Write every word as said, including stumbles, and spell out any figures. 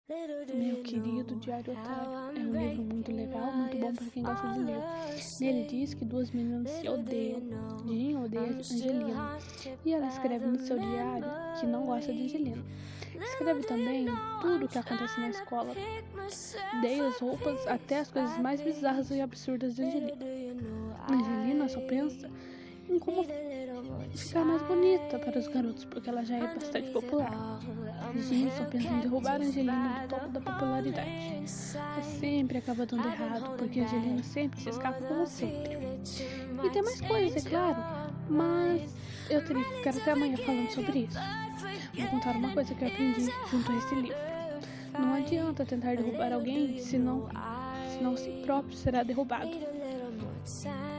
Meu querido Diário Otário é um livro muito legal, muito bom para quem gosta de ler. Nele diz que duas meninas se odeiam. Jean odeia Angelina e ela escreve no seu diário que não gosta de Angelina. Escreve também tudo o que acontece na escola, desde as roupas até as coisas mais bizarras e absurdas de Angelina. Angelina só pensa em como ficar mais bonita para os garotos, porque ela já é bastante popular. Jean só pensa em derrubar a Angelina do topo da popularidade. Mas sempre acaba dando errado, porque a Angelina sempre se escapa como sempre. E tem mais coisas, é claro, mas eu teria que ficar até amanhã falando sobre isso. Vou contar uma coisa que eu aprendi junto a esse livro. Não adianta tentar derrubar alguém, senão, senão si próprio será derrubado.